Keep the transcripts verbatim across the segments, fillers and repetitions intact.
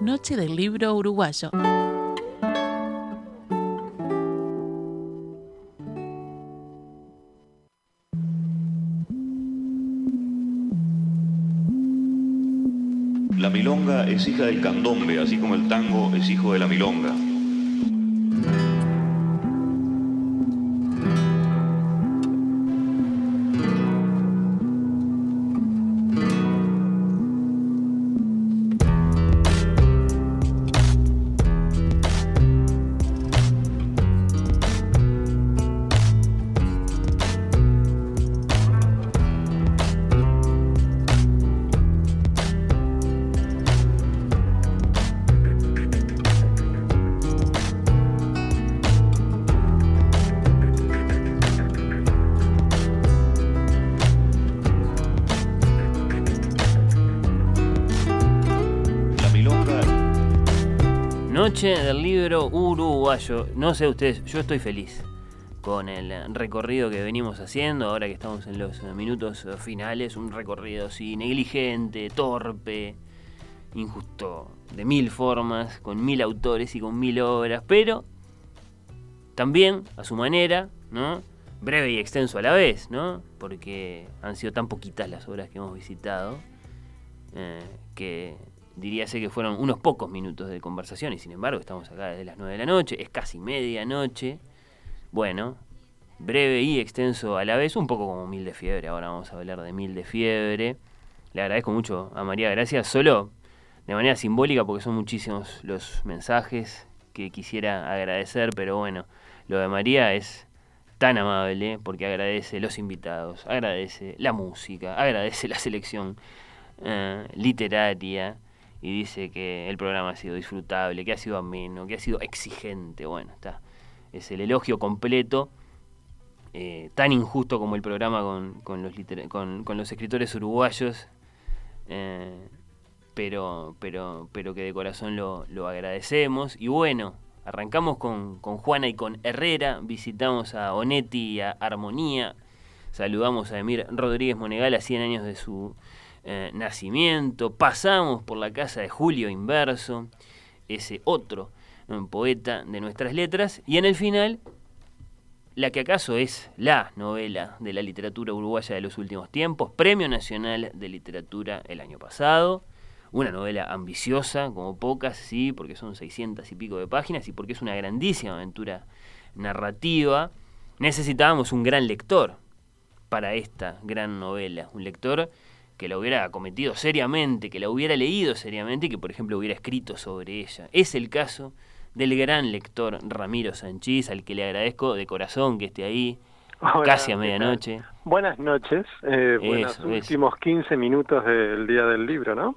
Noche del Libro Uruguayo. La milonga es hija del candombe, así como el tango es hijo de la milonga. Noche del Libro Uruguayo. No sé ustedes, yo estoy feliz con el recorrido que venimos haciendo, ahora que estamos en los minutos finales. Un recorrido así negligente, torpe, injusto, de mil formas, con mil autores y con mil obras, pero también a su manera, ¿no? Breve y extenso a la vez, ¿no? Porque han sido tan poquitas las obras que hemos visitado, eh, que diríase que fueron unos pocos minutos de conversación, y sin embargo estamos acá desde las nueve de la noche, es casi medianoche. Bueno, breve y extenso a la vez, un poco como Mil de Fiebre. Ahora vamos a hablar de Mil de Fiebre. Le agradezco mucho a María Gracia, solo de manera simbólica, porque son muchísimos los mensajes que quisiera agradecer, pero bueno, lo de María es tan amable, porque agradece los invitados, agradece la música, agradece la selección eh, literaria, y dice que el programa ha sido disfrutable, que ha sido ameno, que ha sido exigente. Bueno, está, es el elogio completo, eh, tan injusto como el programa con, con, los, liter- con, con los escritores uruguayos, eh, pero, pero, pero que de corazón lo, lo agradecemos. Y bueno, arrancamos con, con Juana y con Herrera, visitamos a Onetti y a Armonía, saludamos a Emir Rodríguez Monegal a cien años de su Eh, nacimiento, pasamos por la casa de Julio Inverso, ese otro eh, poeta de nuestras letras, y en el final, la que acaso es la novela de la literatura uruguaya de los últimos tiempos, Premio Nacional de Literatura el año pasado, una novela ambiciosa como pocas, sí, porque son seiscientas y pico de páginas y porque es una grandísima aventura narrativa. Necesitábamos un gran lector para esta gran novela, un lector que la hubiera acometido seriamente, que la hubiera leído seriamente y que, por ejemplo, hubiera escrito sobre ella. Es el caso del gran lector Ramiro Sanchís, al que le agradezco de corazón que esté ahí. Hola, casi a medianoche. Buenas noches, eh, buenos últimos quince minutos del Día del Libro, ¿no?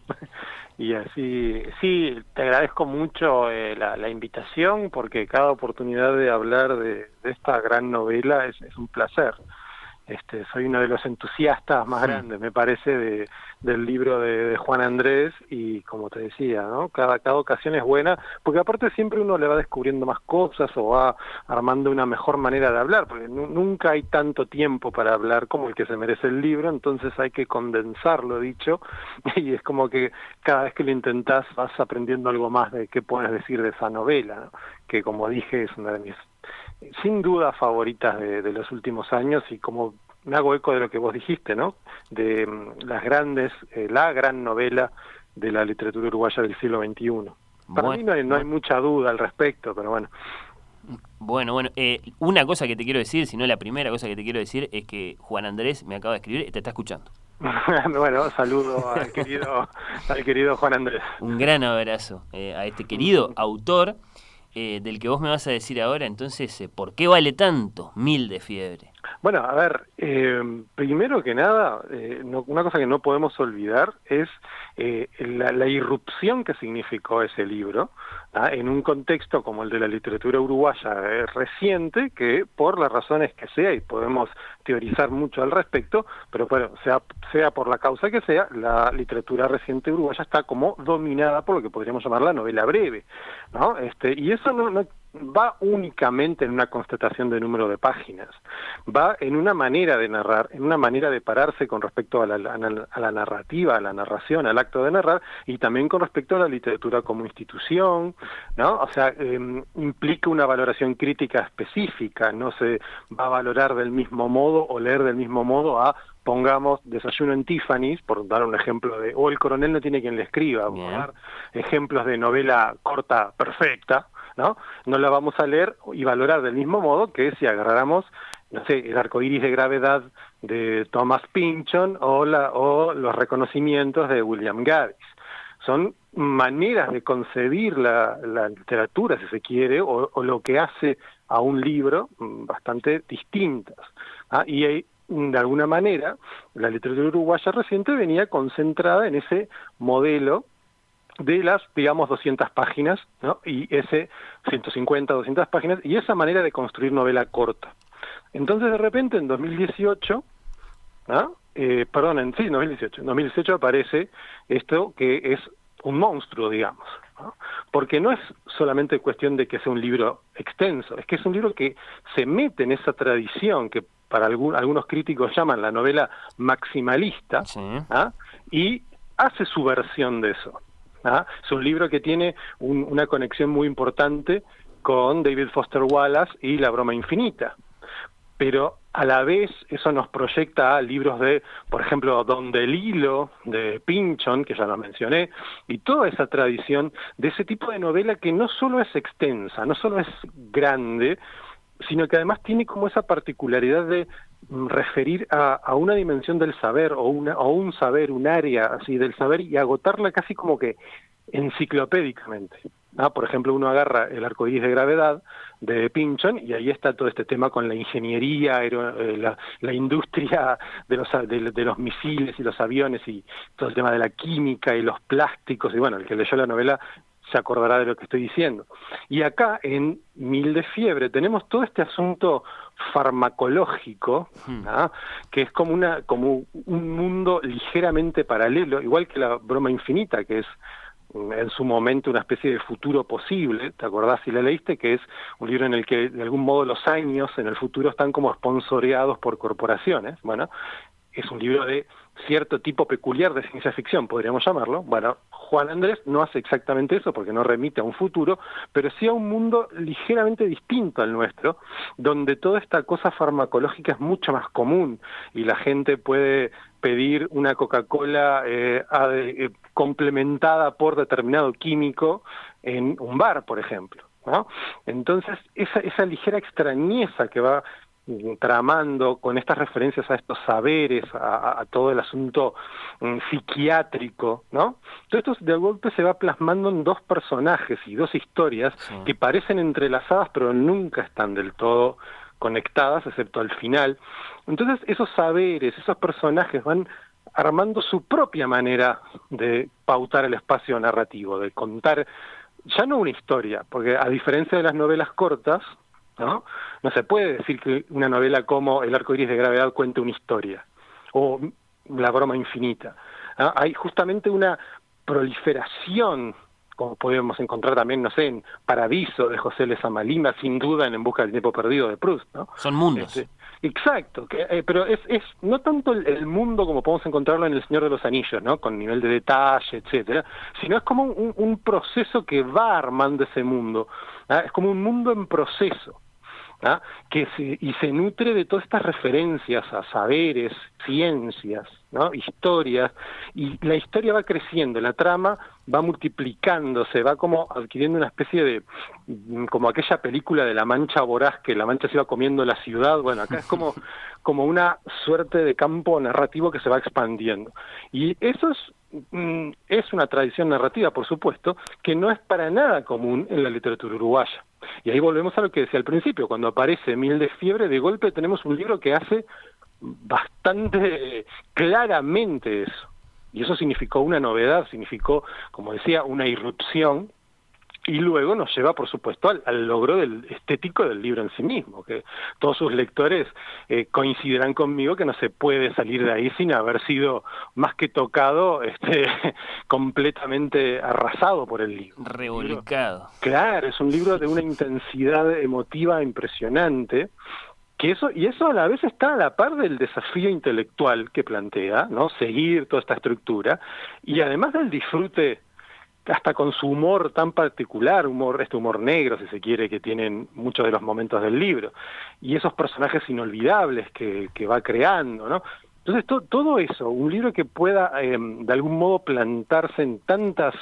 Y así, sí, te agradezco mucho eh, la, la invitación, porque cada oportunidad de hablar de, de esta gran novela es, es un placer. Este, soy uno de los entusiastas más grandes, me parece, de, del libro de, de Juan Andrés, y como te decía, ¿no? Cada, cada ocasión es buena, porque aparte siempre uno le va descubriendo más cosas o va armando una mejor manera de hablar, porque nu- nunca hay tanto tiempo para hablar como el que se merece el libro, entonces hay que condensar lo dicho, y es como que cada vez que lo intentás vas aprendiendo algo más de qué puedes decir de esa novela, ¿no? Que, como dije, es una de mis sin duda favoritas de, de los últimos años, y como me hago eco de lo que vos dijiste, ¿no? De um, las grandes, eh, la gran novela de la literatura uruguaya del siglo veintiuno. Para bueno, mí no hay, no hay mucha duda al respecto, pero bueno. Bueno, bueno, eh, una cosa que te quiero decir, si no la primera cosa que te quiero decir, es que Juan Andrés me acaba de escribir y te está escuchando. Bueno, saludo al querido, al querido Juan Andrés. Un gran abrazo eh, a este querido autor, Eh, del que vos me vas a decir ahora. Entonces, eh, ¿por qué vale tanto Mil de Fiebre? Bueno, a ver, eh, primero que nada, eh, no, una cosa que no podemos olvidar es eh, la, la irrupción que significó ese libro, ¿ah? En un contexto como el de la literatura uruguaya eh, reciente, que por las razones que sea, y podemos teorizar mucho al respecto, pero bueno, sea, sea por la causa que sea, la literatura reciente uruguaya está como dominada por lo que podríamos llamar la novela breve, ¿no? Este, y eso no, no va únicamente en una constatación de número de páginas, va en una manera de narrar, en una manera de pararse con respecto a la, a la narrativa, a la narración, al acto de narrar, y también con respecto a la literatura como institución, ¿no? O sea, eh, implica una valoración crítica específica, no se va a valorar del mismo modo o leer del mismo modo a, pongamos, Desayuno en Tiffany's, por dar un ejemplo de, o El coronel no tiene quien le escriba, por dar ejemplos de novela corta perfecta, ¿no? No la vamos a leer y valorar del mismo modo que si agarráramos, no sé, El arcoíris de gravedad de Thomas Pynchon o, la, o Los reconocimientos de William Gaddis. Son maneras de concebir la, la literatura, si se quiere, o, o lo que hace a un libro bastante distintas. ¿Ah? Y hay, de alguna manera, la literatura uruguaya reciente venía concentrada en ese modelo de las, digamos, doscientas páginas, ¿no? Y ese ciento cincuenta, doscientas páginas, y esa manera de construir novela corta. Entonces, de repente, en dos mil dieciocho, ¿no? eh, perdón, en sí, dos mil dieciocho, en dos mil dieciocho aparece esto que es un monstruo, digamos, ¿no? Porque no es solamente cuestión de que sea un libro extenso, es que es un libro que se mete en esa tradición que para algún, algunos críticos llaman la novela maximalista, sí. ¿Ah? Y hace su versión de eso. ¿Ah? Es un libro que tiene un, una conexión muy importante con David Foster Wallace y La broma infinita, pero a la vez eso nos proyecta a libros de, por ejemplo, Don DeLillo, de Pynchon, que ya lo mencioné, y toda esa tradición de ese tipo de novela que no solo es extensa, no solo es grande, sino que además tiene como esa particularidad de referir a, a una dimensión del saber o, una, o un saber, un área así del saber y agotarla casi como que enciclopédicamente. Ah, por ejemplo, uno agarra El arcoíris de gravedad de Pynchon y ahí está todo este tema con la ingeniería, aero, eh, la, la industria de los, de, de los misiles y los aviones y todo el tema de la química y los plásticos, y bueno, el que leyó la novela se acordará de lo que estoy diciendo. Y acá, en Mil de Fiebre, tenemos todo este asunto farmacológico, ¿ah? Que es como una como un mundo ligeramente paralelo, igual que La broma infinita, que es en su momento una especie de futuro posible, ¿te acordás si la leíste? Que es un libro en el que de algún modo los años en el futuro están como sponsoreados por corporaciones. Bueno, es un libro de cierto tipo peculiar de ciencia ficción, podríamos llamarlo. Bueno, Juan Andrés no hace exactamente eso porque no remite a un futuro, pero sí a un mundo ligeramente distinto al nuestro, donde toda esta cosa farmacológica es mucho más común y la gente puede pedir una Coca-Cola eh, eh, complementada por determinado químico en un bar, por ejemplo, ¿no? Entonces, esa, esa ligera extrañeza que va tramando con estas referencias a estos saberes, a, a todo el asunto um, psiquiátrico, ¿no? Todo esto de golpe se va plasmando en dos personajes y dos historias sí. que parecen entrelazadas pero nunca están del todo conectadas, excepto al final. Entonces esos saberes, esos personajes van armando su propia manera de pautar el espacio narrativo, de contar ya no una historia, porque a diferencia de las novelas cortas, ¿no? No se puede decir que una novela como El arcoíris de gravedad cuente una historia, o La broma infinita. ¿Ah? Hay justamente una proliferación, como podemos encontrar también, no sé, en Paradiso de José Lezama Lima, sin duda en En busca del tiempo perdido de Proust, ¿no? Son mundos. Este, exacto, que, eh, pero es, es no tanto el, el mundo como podemos encontrarlo en El Señor de los Anillos, ¿no? Con nivel de detalle, etcétera, sino es como un, un proceso que va armando ese mundo. ¿Ah? Es como un mundo en proceso. ¿Ah? Que se, y se nutre de todas estas referencias a saberes, ciencias, ¿no? Historias, y la historia va creciendo, la trama va multiplicándose, va como adquiriendo una especie de, como aquella película de La Mancha Voraz, que la mancha se iba comiendo la ciudad. Bueno, acá es como, como una suerte de campo narrativo que se va expandiendo, y eso es es una tradición narrativa, por supuesto, que no es para nada común en la literatura uruguaya. Y ahí volvemos a lo que decía al principio, cuando aparece Mil de Fiebre, de golpe tenemos un libro que hace bastante claramente eso. Y eso significó una novedad, significó, como decía, una irrupción, y luego nos lleva, por supuesto, al, al logro del estético del libro en sí mismo, que todos sus lectores eh, coincidirán conmigo que no se puede salir de ahí sin haber sido más que tocado, este, completamente arrasado por el libro. Revolcado. Claro, es un libro de una intensidad emotiva impresionante, que eso, y eso a la vez está a la par del desafío intelectual que plantea, ¿no? Seguir toda esta estructura, y además del disfrute hasta con su humor tan particular, humor, este humor negro, si se quiere, que tienen muchos de los momentos del libro, y esos personajes inolvidables que, que va creando, ¿no? Entonces, to, todo eso, un libro que pueda, eh, de algún modo, plantarse en tantas,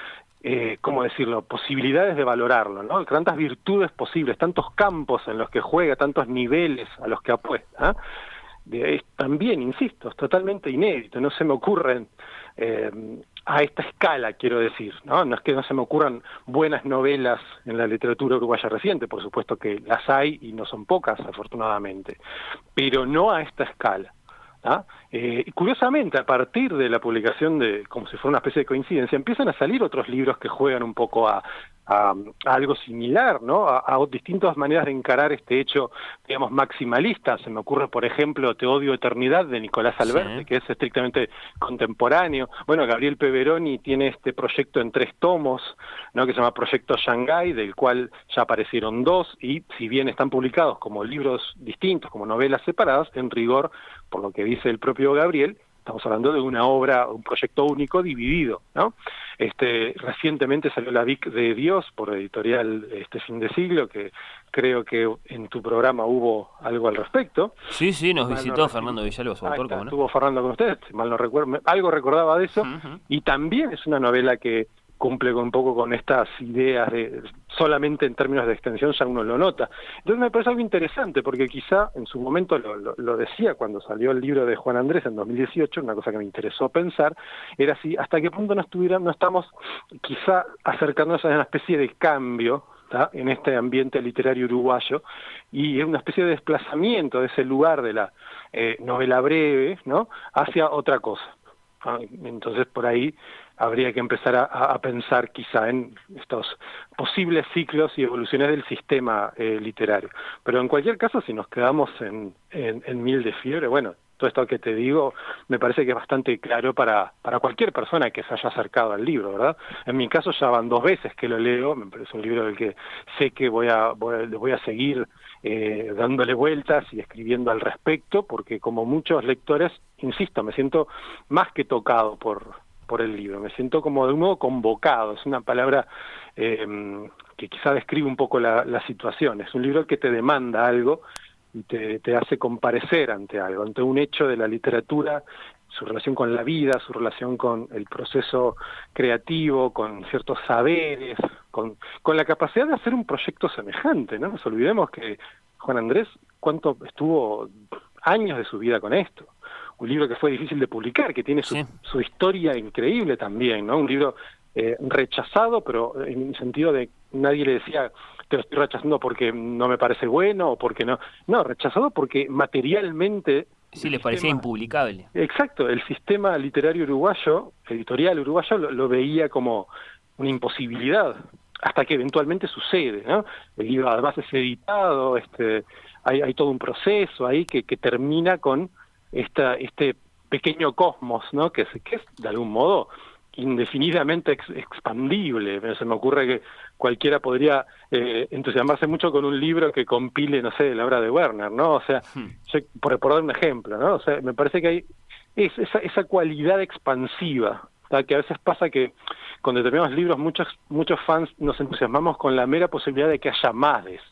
eh, ¿cómo decirlo?, posibilidades de valorarlo, ¿no? Tantas virtudes posibles, tantos campos en los que juega, tantos niveles a los que apuesta, ¿eh? De, es, también, insisto, es totalmente inédito, no se me ocurren... Eh, a esta escala, quiero decir, ¿no? No es que no se me ocurran buenas novelas en la literatura uruguaya reciente, por supuesto que las hay y no son pocas, afortunadamente, pero no a esta escala. ¿Ah? Eh, y curiosamente, a partir de la publicación de, como si fuera una especie de coincidencia, empiezan a salir otros libros que juegan un poco a, a, a algo similar, ¿no? A, a distintas maneras de encarar este hecho, digamos, maximalista. Se me ocurre, por ejemplo, Te odio eternidad, de Nicolás Alberti, sí, que es estrictamente contemporáneo. Bueno, Gabriel Peveroni tiene este proyecto en tres tomos, ¿no? Que se llama Proyecto Shanghái, del cual ya aparecieron dos, y si bien están publicados como libros distintos, como novelas separadas, en rigor, por lo que dice el propio Gabriel, estamos hablando de una obra, un proyecto único dividido, ¿no? Este, recientemente salió La Vic de Dios por editorial este Fin de Siglo, que creo que en tu programa hubo algo al respecto. Sí, sí, nos visitó no Fernando Villalobos, su autor, ¿cómo no? Estuvo Fernando con ustedes, si mal no recuerdo, algo recordaba de eso, uh-huh. Y también es una novela que cumple un poco con estas ideas de solamente en términos de extensión ya uno lo nota. Entonces me parece algo interesante, porque quizá en su momento lo, lo, lo decía cuando salió el libro de Juan Andrés en dos mil dieciocho, una cosa que me interesó pensar, era si hasta qué punto no estuviera, no estamos quizá acercándonos a una especie de cambio, ¿tá?, en este ambiente literario uruguayo, y es una especie de desplazamiento de ese lugar de la eh, novela breve, ¿no?, hacia otra cosa. ¿Ah? Entonces por ahí habría que empezar a, a pensar quizá en estos posibles ciclos y evoluciones del sistema eh, literario. Pero en cualquier caso, si nos quedamos en, en, en Mil de Fiebre, bueno, todo esto que te digo me parece que es bastante claro para, para cualquier persona que se haya acercado al libro, ¿verdad? En mi caso ya van dos veces que lo leo, me parece un libro del que sé que voy a, voy a, voy a seguir eh, dándole vueltas y escribiendo al respecto, porque como muchos lectores, insisto, me siento más que tocado por... por el libro, me siento como de un modo convocado, es una palabra eh, que quizá describe un poco la, la situación, es un libro que te demanda algo y te, te hace comparecer ante algo, ante un hecho de la literatura, su relación con la vida, su relación con el proceso creativo, con ciertos saberes, con, con la capacidad de hacer un proyecto semejante, ¿no? Nos olvidemos que Juan Andrés, cuánto estuvo años de su vida con esto. Un libro que fue difícil de publicar, que tiene su, sí. su historia increíble también, ¿no? Un libro eh, rechazado, pero en el sentido de nadie le decía, te lo estoy rechazando porque no me parece bueno o porque no. No, rechazado porque materialmente... Sí, les parecía impublicable. Exacto, el sistema literario uruguayo, editorial uruguayo, lo, lo veía como una imposibilidad, hasta que eventualmente sucede, ¿no? El libro además es editado, este, hay, hay todo un proceso ahí que, que termina con... Esta, este pequeño cosmos, ¿no?, que es, que es de algún modo indefinidamente ex, expandible. Se me ocurre que cualquiera podría eh, entusiasmarse mucho con un libro que compile, no sé, la obra de Werner, ¿no? O sea, hmm. yo, por, por dar un ejemplo, ¿no? O sea, me parece que hay es, esa, esa cualidad expansiva, ¿tá?, que a veces pasa que con determinados libros muchos muchos fans nos entusiasmamos con la mera posibilidad de que haya más de eso,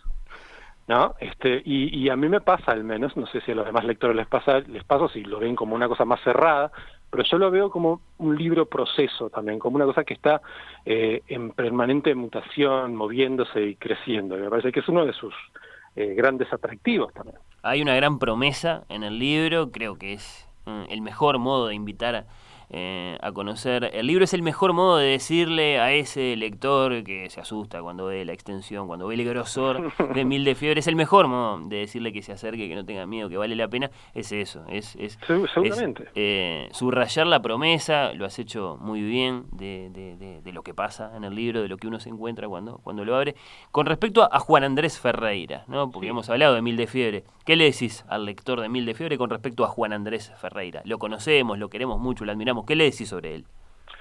¿no? Este, y, y a mí me pasa al menos, no sé si a los demás lectores les pasa, les pasa si lo ven como una cosa más cerrada, pero yo lo veo como un libro proceso también, como una cosa que está eh, en permanente mutación, moviéndose y creciendo. Y me parece que es uno de sus eh, grandes atractivos también. Hay una gran promesa en el libro, creo que es mm, el mejor modo de invitar a eh, a conocer el libro. Es el mejor modo de decirle a ese lector que se asusta cuando ve la extensión, cuando ve el grosor de Mil de Fiebre, es el mejor modo de decirle que se acerque, que no tenga miedo, que vale la pena, es eso, es, es, seguramente. es eh, subrayar la promesa. Lo has hecho muy bien de, de, de, de lo que pasa en el libro, de lo que uno se encuentra cuando, cuando lo abre. Con respecto a, a Juan Andrés Ferreira, ¿no? Porque sí. hemos hablado de Mil de Fiebre, ¿qué le decís al lector de Mil de Fiebre con respecto a Juan Andrés Ferreira? Lo conocemos, lo queremos mucho, lo admiramos. ¿Qué le decís sobre él?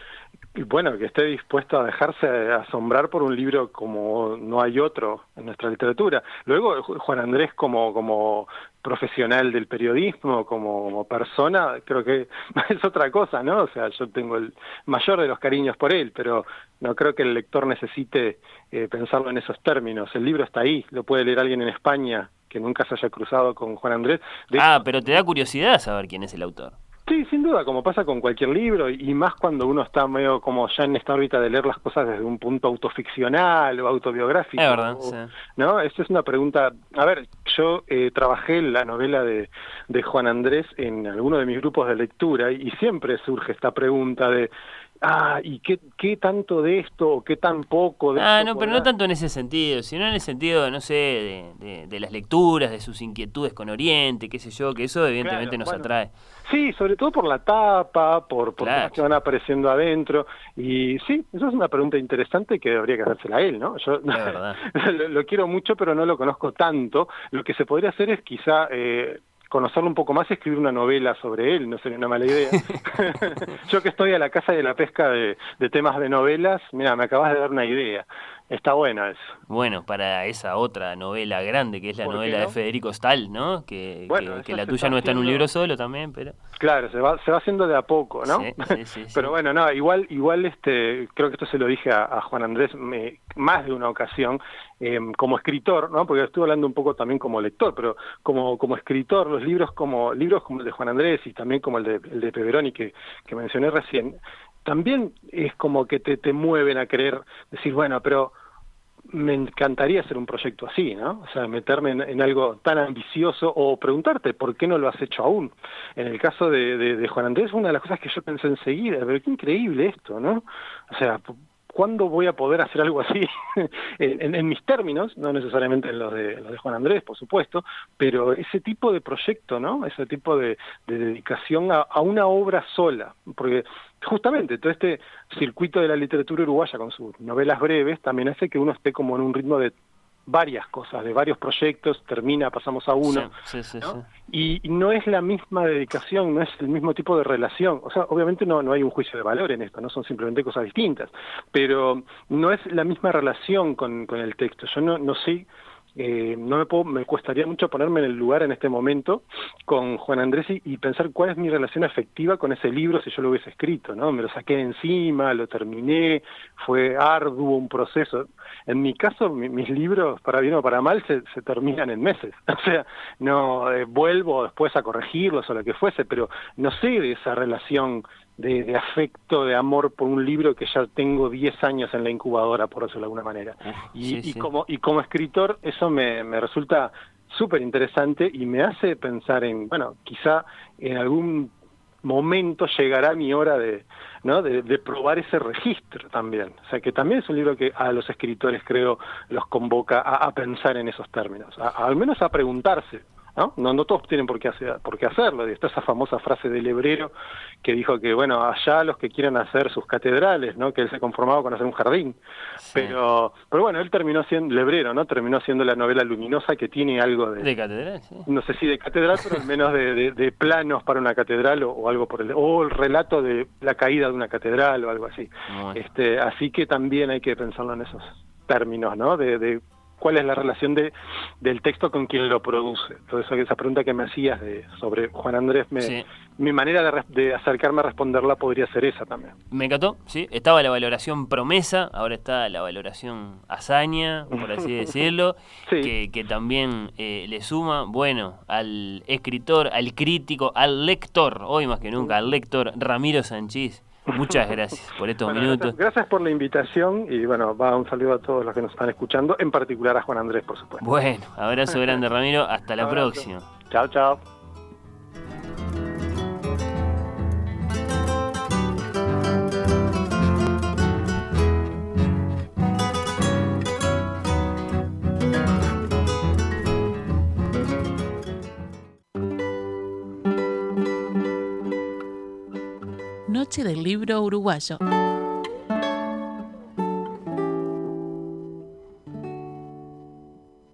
Y bueno, que esté dispuesto a dejarse asombrar por un libro como no hay otro en nuestra literatura. Luego, Juan Andrés como, como profesional del periodismo, como, como persona, creo que es otra cosa, ¿no? O sea, yo tengo el mayor de los cariños por él, pero no creo que el lector necesite eh, pensarlo en esos términos. El libro está ahí, lo puede leer alguien en España que nunca se haya cruzado con Juan Andrés. De ah, hecho, pero te da curiosidad saber quién es el autor. Sí, sin duda, como pasa con cualquier libro, y más cuando uno está medio como ya en esta órbita de leer las cosas desde un punto autoficcional o autobiográfico. Es verdad, o, sí. ¿no? Esta es una pregunta. A ver, yo eh, trabajé la novela de, de Juan Andrés en alguno de mis grupos de lectura, y siempre surge esta pregunta de ah, ¿y qué, qué tanto de esto o qué tan poco de Ah, esto? no, pero no tanto en ese sentido, sino en el sentido, no sé, de, de, de las lecturas, de sus inquietudes con Oriente, qué sé yo, que eso evidentemente claro, nos bueno, atrae. Sí, sobre todo por la tapa, por, por claro. cosas que van apareciendo adentro, y sí, eso es una pregunta interesante que habría que hacérsela a él, ¿no? Yo verdad. lo, lo quiero mucho, pero no lo conozco tanto. Lo que se podría hacer es quizá eh, conocerlo un poco más y escribir una novela sobre él, no sería una mala idea. Yo que estoy a la caza de la pesca de, de temas de novelas, mira, me acabas de dar una idea. Está bueno eso. Bueno, para esa otra novela grande, que es la novela no? de Federico Stahl, ¿no? Que, bueno, que, que la tuya no está en un libro solo también, pero... Claro, se va se va haciendo de a poco, ¿no? Sí, sí, sí, pero sí. bueno, no, igual igual este creo que esto se lo dije a, a Juan Andrés me, más de una ocasión, eh, como escritor, ¿no? Porque estuve hablando un poco también como lector, pero como como escritor, los libros como libros como el de Juan Andrés y también como el de, el de Peveroni que, que mencioné recién, también es como que te, te mueven a querer decir, bueno, pero me encantaría hacer un proyecto así, ¿no? O sea, meterme en, en algo tan ambicioso o preguntarte por qué no lo has hecho aún. En el caso de, de, de Juan Andrés, una de las cosas que yo pensé enseguida, pero qué increíble esto, ¿no? O sea, ¿cuándo voy a poder hacer algo así? en, en, en mis términos, no necesariamente en los de, en los de Juan Andrés, por supuesto, pero ese tipo de proyecto, ¿no? Ese tipo de, de dedicación a, a una obra sola, porque justamente todo este circuito de la literatura uruguaya con sus novelas breves también hace que uno esté como en un ritmo de varias cosas, de varios proyectos, termina, pasamos a uno, sí, sí, sí, ¿no? sí. Y, y no es la misma dedicación, no es el mismo tipo de relación, o sea, obviamente no, no hay un juicio de valor en esto, no son simplemente cosas distintas, pero no es la misma relación con, con el texto. Yo no, no sé, eh, no me puedo, me cuestaría mucho ponerme en el lugar en este momento con Juan Andrés y, y pensar cuál es mi relación afectiva con ese libro si yo lo hubiese escrito, ¿no? Me lo saqué de encima, lo terminé, fue arduo, un proceso. En mi caso, mi, mis libros, para bien o para mal, se, se terminan en meses. O sea, no eh, vuelvo después a corregirlos o lo que fuese, pero no sé de esa relación de, de afecto, de amor por un libro que ya tengo diez años en la incubadora, por decirlo de alguna manera. Y, sí, y, sí. como, y como escritor, eso me, me resulta súper interesante y me hace pensar en, bueno, quizá en algún momento llegará mi hora de, ¿no? de, de probar ese registro también. O sea, que también es un libro que a los escritores, creo, los convoca a, a pensar en esos términos, a, a, al menos a preguntarse, ¿no? No, no todos tienen por qué, hacer, por qué hacerlo. Y está esa famosa frase del hebrero que dijo que, bueno, allá los que quieran hacer sus catedrales, ¿no? Que él se conformaba con hacer un jardín. Sí. Pero pero bueno, él terminó siendo, el hebrero, ¿no? Terminó siendo la novela luminosa que tiene algo de... De catedral, sí. No sé si de catedral, pero al menos de, de, de planos para una catedral o, o algo por el... O el relato de la caída de una catedral o algo así. Este, así que también hay que pensarlo en esos términos, ¿no? De... de cuál es la relación de del texto con quien lo produce. Entonces, esa pregunta que me hacías de sobre Juan Andrés, me, sí. mi manera de, de acercarme a responderla podría ser esa también. Me encantó, sí. Estaba la valoración promesa, ahora está la valoración hazaña, por así decirlo, sí. que, que también eh, le suma, bueno, al escritor, al crítico, al lector, hoy más que nunca, al lector Ramiro Sanchís. Muchas gracias por estos bueno, minutos. Gracias, gracias por la invitación y bueno, va un saludo a todos los que nos están escuchando, en particular a Juan Andrés, por supuesto. Bueno, abrazo grande, Ramiro, hasta la abrazo. próxima. Chao, chao. Noche del Libro Uruguayo.